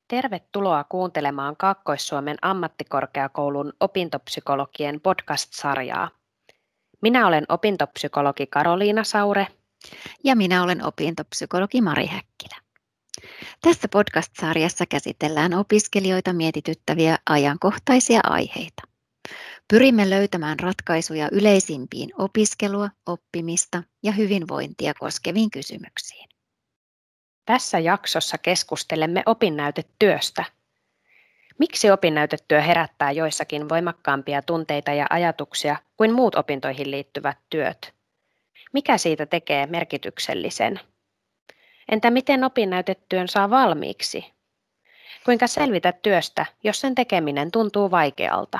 Tervetuloa kuuntelemaan Kaakkois-Suomen ammattikorkeakoulun opintopsykologien podcast-sarjaa. Minä olen opintopsykologi Karoliina Saure. Ja minä olen opintopsykologi Mari Häkkilä. Tässä podcast-sarjassa käsitellään opiskelijoita mietityttäviä ajankohtaisia aiheita. Pyrimme löytämään ratkaisuja yleisimpiin opiskelua, oppimista ja hyvinvointia koskeviin kysymyksiin. Tässä jaksossa keskustelemme opinnäytetyöstä. Miksi opinnäytetyö herättää joissakin voimakkaampia tunteita ja ajatuksia kuin muut opintoihin liittyvät työt? Mikä siitä tekee merkityksellisen? Entä miten opinnäytetyön saa valmiiksi? Kuinka selvitä työstä, jos sen tekeminen tuntuu vaikealta?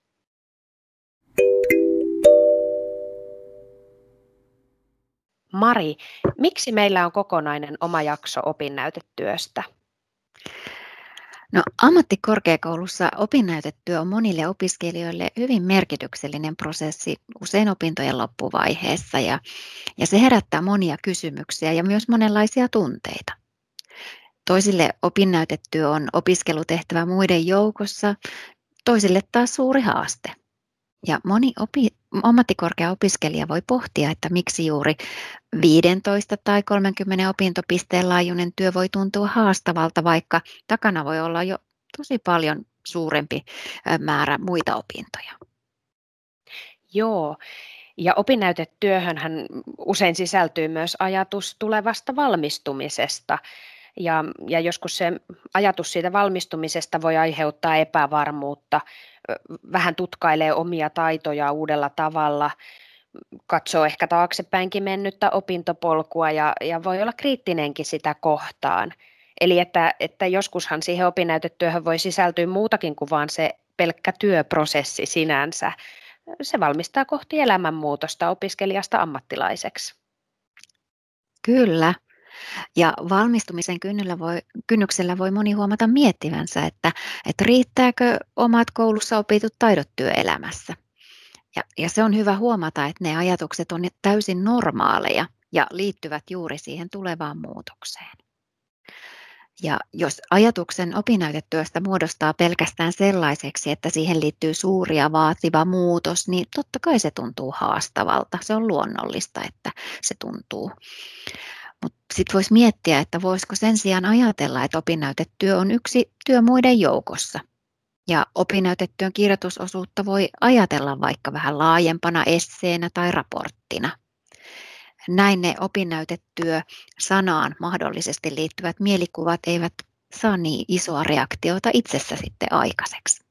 Mari, miksi meillä on kokonainen oma jakso opinnäytetyöstä? No, ammattikorkeakoulussa opinnäytetyö on monille opiskelijoille hyvin merkityksellinen prosessi usein opintojen loppuvaiheessa ja se herättää monia kysymyksiä ja myös monenlaisia tunteita. Toisille opinnäytetyö on opiskelutehtävä muiden joukossa, toisille taas suuri haaste. Ja moni ammattikorkea-opiskelija voi pohtia, että miksi juuri 15 tai 30 opintopisteen laajuinen työ voi tuntua haastavalta, vaikka takana voi olla jo tosi paljon suurempi määrä muita opintoja. Joo, ja opinnäytetyöhönhän usein sisältyy myös ajatus tulevasta valmistumisesta. Ja joskus se ajatus siitä valmistumisesta voi aiheuttaa epävarmuutta, vähän tutkailee omia taitoja uudella tavalla, katsoo ehkä taaksepäinkin mennyttä opintopolkua ja voi olla kriittinenkin sitä kohtaan. Eli että joskushan siihen opinnäytetyöhön voi sisältyä muutakin kuin vaan se pelkkä työprosessi sinänsä. Se valmistaa kohti elämänmuutosta opiskelijasta ammattilaiseksi. Kyllä. Ja valmistumisen kynnyksellä voi moni huomata miettivänsä, että riittääkö omat koulussa opitut taidot työelämässä. Ja se on hyvä huomata, että ne ajatukset on täysin normaaleja ja liittyvät juuri siihen tulevaan muutokseen. Ja jos ajatuksen opinnäytetyöstä muodostaa pelkästään sellaiseksi, että siihen liittyy suuri ja vaativa muutos, niin totta kai se tuntuu haastavalta. Se on luonnollista, että se tuntuu. Mutta sitten voisi miettiä, että voisiko sen sijaan ajatella, että opinnäytetyö on yksi työ muiden joukossa. Ja opinnäytetyön kirjoitusosuutta voi ajatella vaikka vähän laajempana esseenä tai raporttina. Näin ne opinnäytetyö sanaan mahdollisesti liittyvät mielikuvat eivät saa niin isoa reaktiota itsessä sitten aikaiseksi.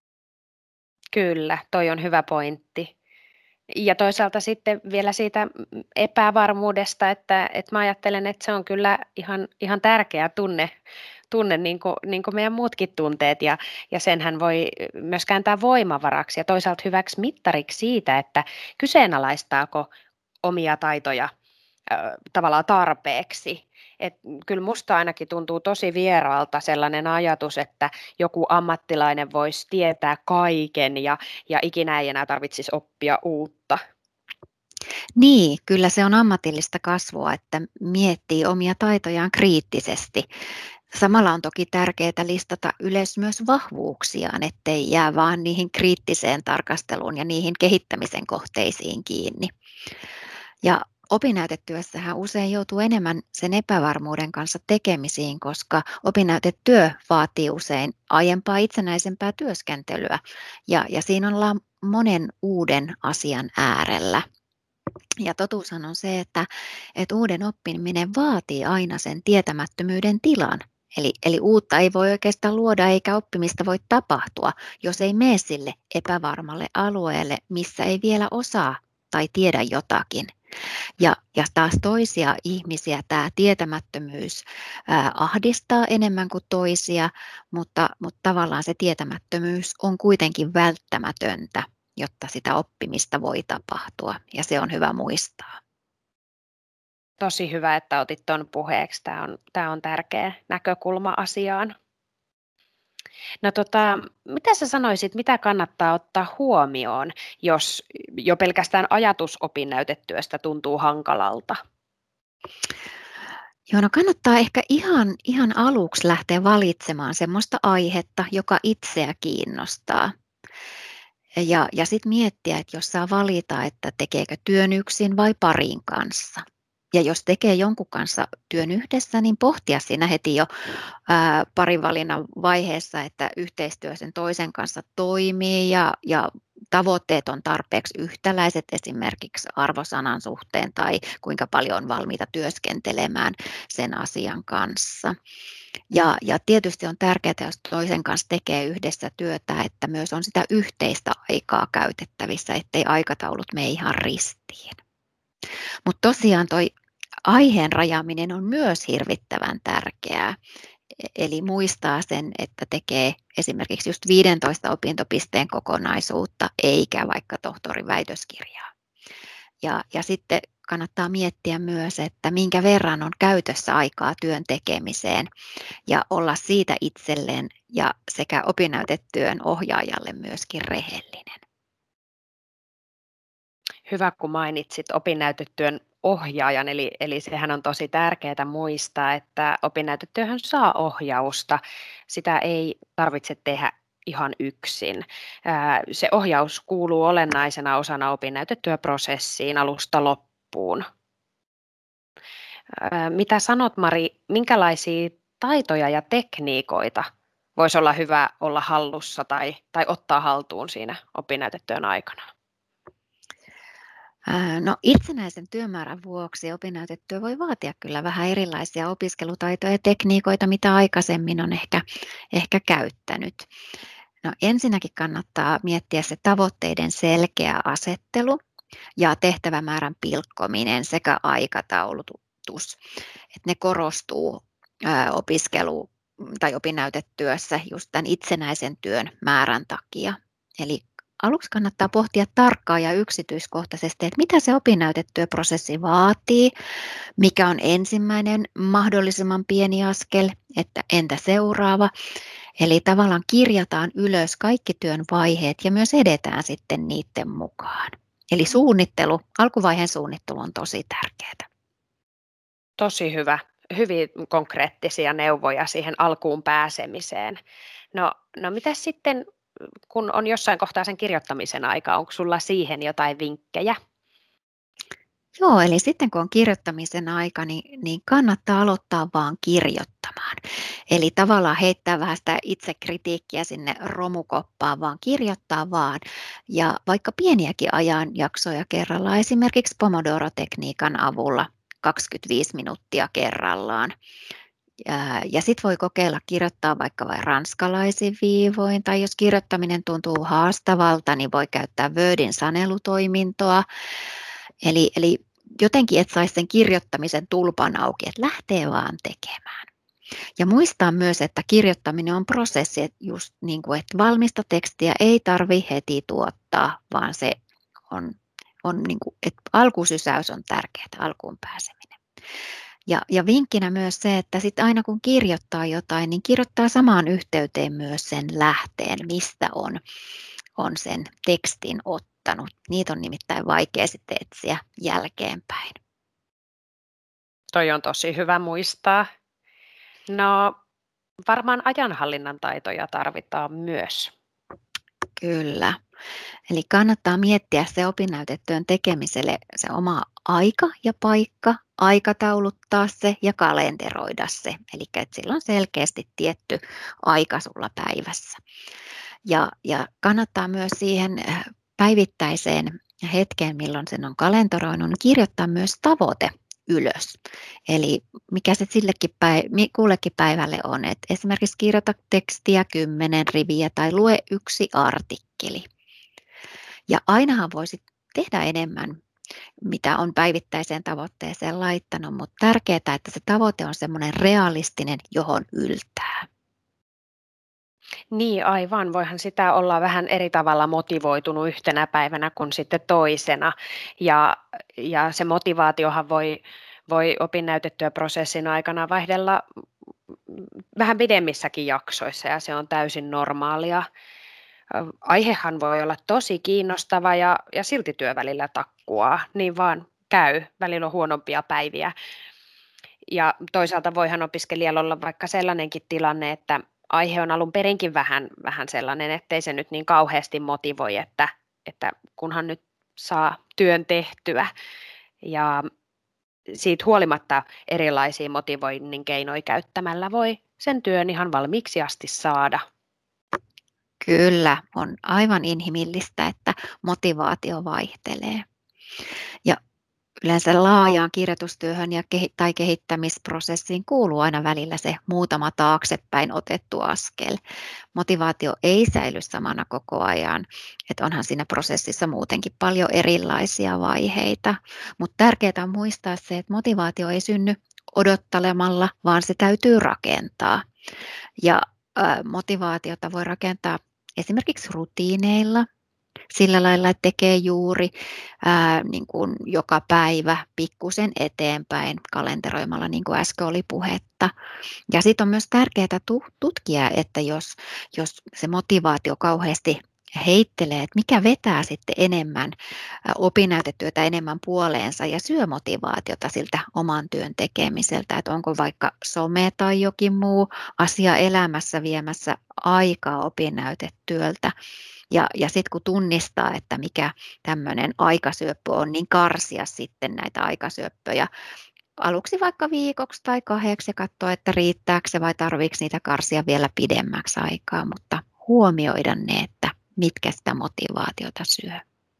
Kyllä, toi on hyvä pointti. Ja toisaalta sitten vielä siitä epävarmuudesta, että mä ajattelen, että se on kyllä ihan tärkeä tunne niin kuin meidän muutkin tunteet ja senhän voi myös kääntää voimavaraksi ja toisaalta hyväksi mittariksi siitä, että kyseenalaistaako omia taitoja tavallaan tarpeeksi. Et kyllä musta ainakin tuntuu tosi vieraalta sellainen ajatus, että joku ammattilainen voisi tietää kaiken ja ikinä ei enää tarvitsisi oppia uutta. Niin, kyllä se on ammatillista kasvua, että miettii omia taitojaan kriittisesti. Samalla on toki tärkeää listata ylös myös vahvuuksiaan, ettei jää vaan niihin kriittiseen tarkasteluun ja niihin kehittämisen kohteisiin kiinni. Ja opinnäytetyössähän usein joutuu enemmän sen epävarmuuden kanssa tekemisiin, koska opinnäytetyö vaatii usein aiempaa itsenäisempää työskentelyä ja siinä ollaan monen uuden asian äärellä. Ja totuushan on se, että uuden oppiminen vaatii aina sen tietämättömyyden tilan. Eli uutta ei voi oikeastaan luoda eikä oppimista voi tapahtua, jos ei mene sille epävarmalle alueelle, missä ei vielä osaa tai tiedä jotakin. Ja taas toisia ihmisiä tämä tietämättömyys ahdistaa enemmän kuin toisia, mutta tavallaan se tietämättömyys on kuitenkin välttämätöntä, jotta sitä oppimista voi tapahtua, ja se on hyvä muistaa. Tosi hyvä, että otit tuon puheeksi. Tämä on tärkeä näkökulma asiaan. No mitä sä sanoisit, mitä kannattaa ottaa huomioon, jos jo pelkästään ajatus opinnäytetyöstä tuntuu hankalalta? Joo, no kannattaa ehkä ihan aluksi lähteä valitsemaan semmoista aihetta, joka itseä kiinnostaa. Ja sitten miettiä, että jos saa valita, että tekeekö työn yksin vai parin kanssa. Ja jos tekee jonkun kanssa työn yhdessä, niin pohtia siinä heti jo parin valinnan vaiheessa, että yhteistyö sen toisen kanssa toimii ja tavoitteet on tarpeeksi yhtäläiset esimerkiksi arvosanan suhteen tai kuinka paljon on valmiita työskentelemään sen asian kanssa. Ja tietysti on tärkeää, jos toisen kanssa tekee yhdessä työtä, että myös on sitä yhteistä aikaa käytettävissä, ettei aikataulut mene ihan ristiin. Mutta tosiaan toi aiheen rajaaminen on myös hirvittävän tärkeää. Eli muistaa sen, että tekee esimerkiksi just 15 opintopisteen kokonaisuutta, eikä vaikka tohtorin väitöskirjaa. Ja sitten kannattaa miettiä myös, että minkä verran on käytössä aikaa työn tekemiseen ja olla siitä itselleen ja sekä opinnäytetyön ohjaajalle myöskin rehellinen. Hyvä, kun mainitsit opinnäytetyön ohjaajan, eli sehän on tosi tärkeää muistaa, että opinnäytetyöhön saa ohjausta. Sitä ei tarvitse tehdä ihan yksin. Se ohjaus kuuluu olennaisena osana opinnäytetyöprosessiin alusta loppuun. Mitä sanot, Mari, minkälaisia taitoja ja tekniikoita voisi olla hyvä olla hallussa tai ottaa haltuun siinä opinnäytetyön aikana? No, itsenäisen työmäärän vuoksi opinnäytetyö voi vaatia kyllä vähän erilaisia opiskelutaitoja ja tekniikoita, mitä aikaisemmin on ehkä käyttänyt. No, ensinnäkin kannattaa miettiä se tavoitteiden selkeä asettelu ja tehtävämäärän pilkkominen sekä aikataulutus. Että ne korostuu opiskelu- tai opinnäytetyössä just tämän itsenäisen työn määrän takia. Eli aluksi kannattaa pohtia tarkkaan ja yksityiskohtaisesti, että mitä se opinnäytetyöprosessi vaatii, mikä on ensimmäinen mahdollisimman pieni askel, että entä seuraava. Eli tavallaan kirjataan ylös kaikki työn vaiheet ja myös edetään sitten niiden mukaan. Eli alkuvaiheen suunnittelu on tosi tärkeää. Tosi hyvä. Hyvin konkreettisia neuvoja siihen alkuun pääsemiseen. No mitä sitten, kun on jossain kohtaa sen kirjoittamisen aika, onko sulla siihen jotain vinkkejä? Joo, eli sitten kun on kirjoittamisen aika, niin kannattaa aloittaa vaan kirjoittamaan. Eli tavallaan heittää vähän sitä itsekritiikkiä sinne romukoppaan, vaan kirjoittaa vaan. Ja vaikka pieniäkin ajanjaksoja kerrallaan, esimerkiksi Pomodoro-tekniikan avulla 25 minuuttia kerrallaan. Ja sitten voi kokeilla kirjoittaa vaikka vain ranskalaisin viivoin, tai jos kirjoittaminen tuntuu haastavalta, niin voi käyttää Wordin sanelutoimintoa. Eli jotenkin, että saisi sen kirjoittamisen tulpan auki, että lähtee vaan tekemään. Ja muistaa myös, että kirjoittaminen on prosessi, että just niin kuin, että valmista tekstiä ei tarvitse heti tuottaa, vaan se on niin kuin, että alkusysäys on tärkeää, alkuun pääseminen. Ja vinkkinä myös se, että sit aina kun kirjoittaa jotain, niin kirjoittaa samaan yhteyteen myös sen lähteen, mistä on sen tekstin ottanut. Niitä on nimittäin vaikea sitten etsiä jälkeenpäin. Toi on tosi hyvä muistaa. No varmaan ajanhallinnan taitoja tarvitaan myös. Kyllä. Eli kannattaa miettiä se opinnäytetyön tekemiselle se oma aika ja paikka, aikatauluttaa se ja kalenteroida se. Eli että sillä on selkeästi tietty aika sulla päivässä. Ja kannattaa myös siihen päivittäiseen hetkeen, milloin sen on kalenteroinut, niin kirjoittaa myös tavoite ylös. Eli mikä se kullekin päivälle on, että esimerkiksi kirjoita tekstiä 10 riviä tai lue 1 artikkeli. Ja ainahan voisi tehdä enemmän, mitä on päivittäiseen tavoitteeseen laittanut, mutta tärkeää, että se tavoite on semmoinen realistinen, johon yltää. Niin aivan, voihan sitä olla vähän eri tavalla motivoitunut yhtenä päivänä kuin sitten toisena. Ja se motivaatiohan voi opinnäytetyöprosessin aikana vaihdella vähän pidemmissäkin jaksoissa ja se on täysin normaalia. Aihehan voi olla tosi kiinnostava ja silti työ välillä takkuaa, niin vaan käy. Välillä on huonompia päiviä. Ja toisaalta voihan opiskelijalla olla vaikka sellainenkin tilanne, että aihe on alun perinkin vähän sellainen, ettei se nyt niin kauheasti motivoi, että kunhan nyt saa työn tehtyä. Ja siitä huolimatta erilaisia motivoinnin keinoja käyttämällä voi sen työn ihan valmiiksi asti saada. Kyllä, on aivan inhimillistä, että motivaatio vaihtelee. Ja yleensä laajaan kirjoitustyöhön tai kehittämisprosessiin kuuluu aina välillä se muutama taaksepäin otettu askel. Motivaatio ei säily samana koko ajan, että onhan siinä prosessissa muutenkin paljon erilaisia vaiheita, mutta tärkeää on muistaa se, että motivaatio ei synny odottelemalla, vaan se täytyy rakentaa. Ja motivaatiota voi rakentaa esimerkiksi rutiineilla, sillä lailla, että tekee juuri niin kuin joka päivä pikkusen eteenpäin kalenteroimalla, niin kuin äsken oli puhetta. Ja sitten on myös tärkeää tutkia, että jos se motivaatio kauheasti heittelee, että mikä vetää sitten enemmän opinnäytetyötä enemmän puoleensa ja syö motivaatiota siltä oman työn tekemiseltä, että onko vaikka some tai jokin muu asia elämässä viemässä aikaa opinnäytetyöltä. Ja sitten kun tunnistaa, että mikä tämmöinen aikasyöppö on, niin karsia sitten näitä aikasyöppöjä aluksi vaikka viikoksi tai 2 ja katsoa, että riittääkö se vai tarviiko niitä karsia vielä pidemmäksi aikaa, mutta huomioida ne, että mitkä sitä motivaatiota syö.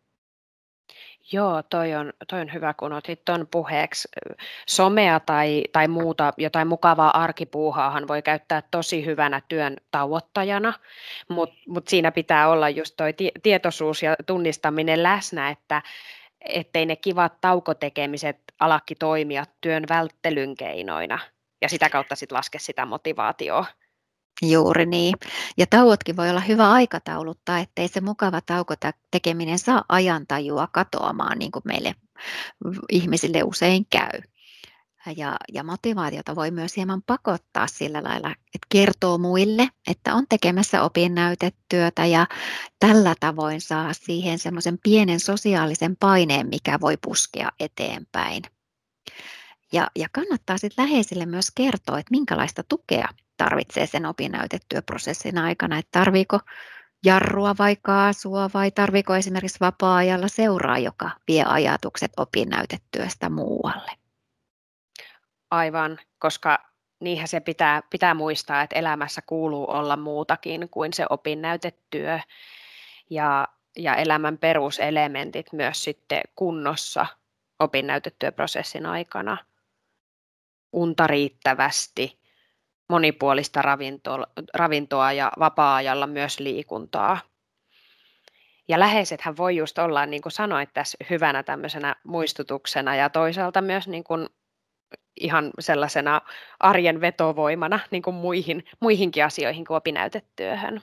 Joo, toi on hyvä, kun otit tuon puheeksi. Somea tai muuta, jotain mukavaa arkipuuhaahan voi käyttää tosi hyvänä työn tauottajana, mutta siinä pitää olla just toi tietoisuus ja tunnistaminen läsnä, ettei ne kivat taukotekemiset alakki toimia työn välttelyn keinoina ja sitä kautta sitten laske sitä motivaatioa. Juuri niin. Ja tauotkin voi olla hyvä aikatauluttaa, ettei se mukava tekeminen saa ajantajua katoamaan, niin kuin meille ihmisille usein käy. Ja motivaatiota voi myös hieman pakottaa sillä lailla, että kertoo muille, että on tekemässä opinnäytetyötä ja tällä tavoin saa siihen semmoisen pienen sosiaalisen paineen, mikä voi puskea eteenpäin. Ja kannattaa sitten läheisille myös kertoa, että minkälaista tukea tarvitsee sen opinnäytetyöprosessin aikana, että tarviiko jarrua vai kaasua vai tarviiko esimerkiksi vapaa-ajalla seuraa, joka vie ajatukset opinnäytetyöstä muualle. Aivan, koska niinhän se pitää muistaa, että elämässä kuuluu olla muutakin kuin se opinnäytetyö ja elämän peruselementit myös sitten kunnossa opinnäytetyöprosessin aikana. Unta riittävästi, monipuolista ravintoa ja vapaa-ajalla myös liikuntaa. Ja läheisethän voi just olla, niin kuin sanoit tässä, hyvänä tämmöisenä muistutuksena ja toisaalta myös niin kuin ihan sellaisena arjen vetovoimana niin kuin muihinkin asioihin kuin opinnäytetyöhön.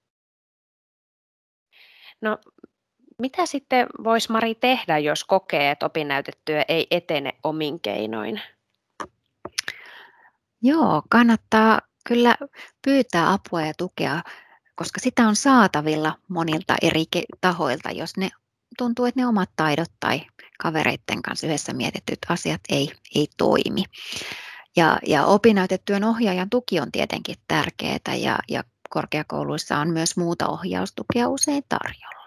No, mitä sitten voisi Mari tehdä, jos kokee, että opinnäytetyö ei etene omin keinoin? Joo, kannattaa kyllä pyytää apua ja tukea, koska sitä on saatavilla monilta eri tahoilta, jos ne tuntuu, että ne omat taidot tai kavereiden kanssa yhdessä mietityt asiat ei toimi. Ja opinnäytetyön ohjaajan tuki on tietenkin tärkeää ja korkeakouluissa on myös muuta ohjaustukea usein tarjolla.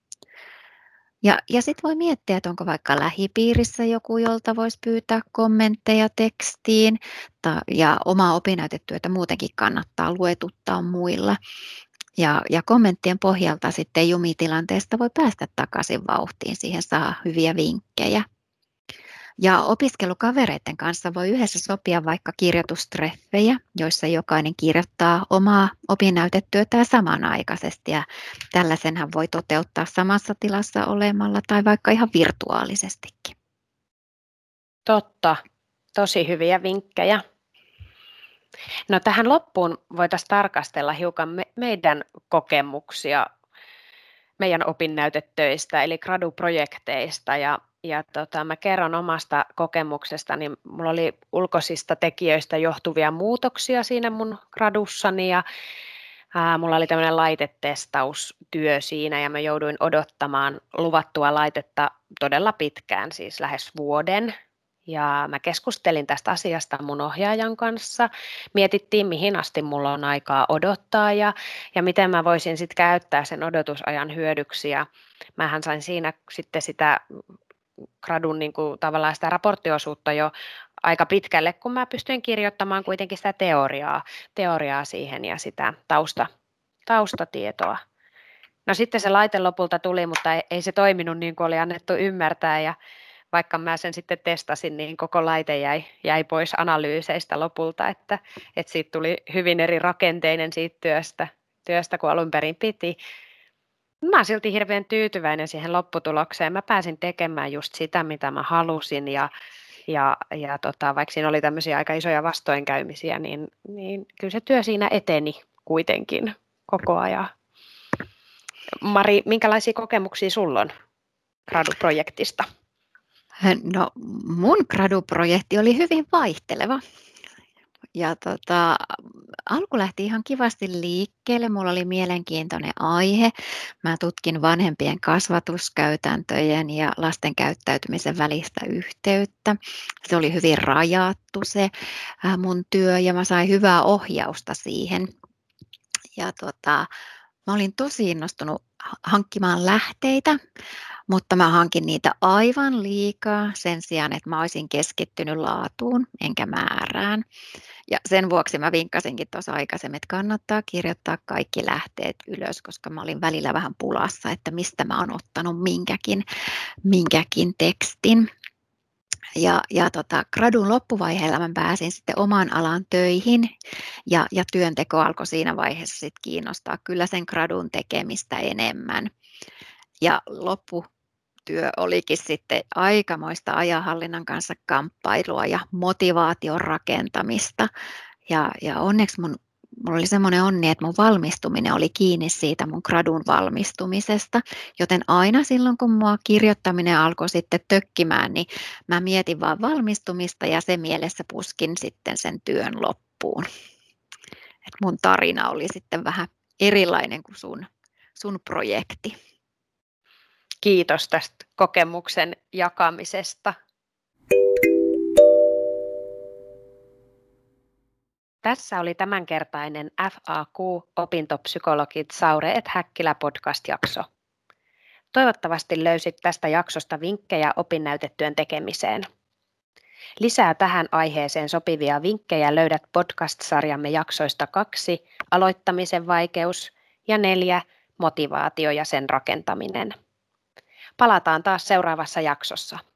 Ja sitten voi miettiä, että onko vaikka lähipiirissä joku, jolta voisi pyytää kommentteja tekstiin, ja omaa opinnäytetyötä muutenkin kannattaa luetuttaa muilla. Ja kommenttien pohjalta sitten jumitilanteesta voi päästä takaisin vauhtiin, siihen saa hyviä vinkkejä. Ja opiskelukavereiden kanssa voi yhdessä sopia vaikka kirjoitustreffejä, joissa jokainen kirjoittaa omaa opinnäytetyötään samanaikaisesti. Ja tällaisenhan voi toteuttaa samassa tilassa olemalla tai vaikka ihan virtuaalisestikin. Totta, tosi hyviä vinkkejä. No tähän loppuun voitaisiin tarkastella hiukan meidän kokemuksia meidän opinnäytetöistä eli graduprojekteista mä kerron omasta kokemuksestani. Mulla oli ulkoisista tekijöistä johtuvia muutoksia siinä mun gradussani ja mulla oli tämmöinen laitetestaustyö siinä ja mä jouduin odottamaan luvattua laitetta todella pitkään, siis lähes vuoden. Ja mä keskustelin tästä asiasta mun ohjaajan kanssa, mietittiin mihin asti mulla on aikaa odottaa ja miten mä voisin sitten käyttää sen odotusajan hyödyksi. Ja mähän sain siinä sitten sitä gradun niin kuin, tavallaan sitä raporttiosuutta jo aika pitkälle, kun mä pystyin kirjoittamaan kuitenkin sitä teoriaa siihen ja sitä taustatietoa. No sitten se laite lopulta tuli, mutta ei se toiminut niin kuin oli annettu ymmärtää ja vaikka mä sen sitten testasin, niin koko laite jäi pois analyyseistä lopulta, että siitä tuli hyvin eri rakenteinen siitä työstä kuin alun perin piti. Mä oon silti hirveän tyytyväinen siihen lopputulokseen. Mä pääsin tekemään just sitä, mitä mä halusin vaikka siinä oli tämmöisiä aika isoja vastoinkäymisiä, niin kyllä se työ siinä eteni kuitenkin koko ajan. Mari, minkälaisia kokemuksia sulla on graduprojektista? No, mun graduprojekti oli hyvin vaihteleva. Ja alku lähti ihan kivasti liikkeelle. Mulla oli mielenkiintoinen aihe. Mä tutkin vanhempien kasvatuskäytäntöjen ja lasten käyttäytymisen välistä yhteyttä. Se oli hyvin rajattu se mun työ ja mä sain hyvää ohjausta siihen. Ja mä olin tosi innostunut hankkimaan lähteitä, mutta mä hankin niitä aivan liikaa sen sijaan, että mä olisin keskittynyt laatuun enkä määrään. Ja sen vuoksi mä vinkkasinkin tuossa aikaisemmin, että kannattaa kirjoittaa kaikki lähteet ylös, koska mä olin välillä vähän pulassa, että mistä mä oon ottanut minkäkin tekstin. Ja gradun loppuvaiheella mä pääsin sitten oman alan töihin ja työnteko alkoi siinä vaiheessa sitten kiinnostaa kyllä sen gradun tekemistä enemmän. Ja lopputyö olikin sitten aikamoista ajanhallinnan kanssa kamppailua ja motivaation rakentamista. Ja onneksi mulla oli semmoinen onni, että mun valmistuminen oli kiinni siitä mun gradun valmistumisesta, joten aina silloin, kun mua kirjoittaminen alkoi sitten tökkimään, niin mä mietin vaan valmistumista ja sen mielessä puskin sitten sen työn loppuun. Et mun tarina oli sitten vähän erilainen kuin sun projekti. Kiitos tästä kokemuksen jakamisesta. Tässä oli tämänkertainen FAQ Opintopsykologit Saure et Häkkilä podcast-jakso. Toivottavasti löysit tästä jaksosta vinkkejä opinnäytetyön tekemiseen. Lisää tähän aiheeseen sopivia vinkkejä löydät podcast-sarjamme jaksoista 2 Aloittamisen vaikeus ja 4 Motivaatio ja sen rakentaminen. Palataan taas seuraavassa jaksossa.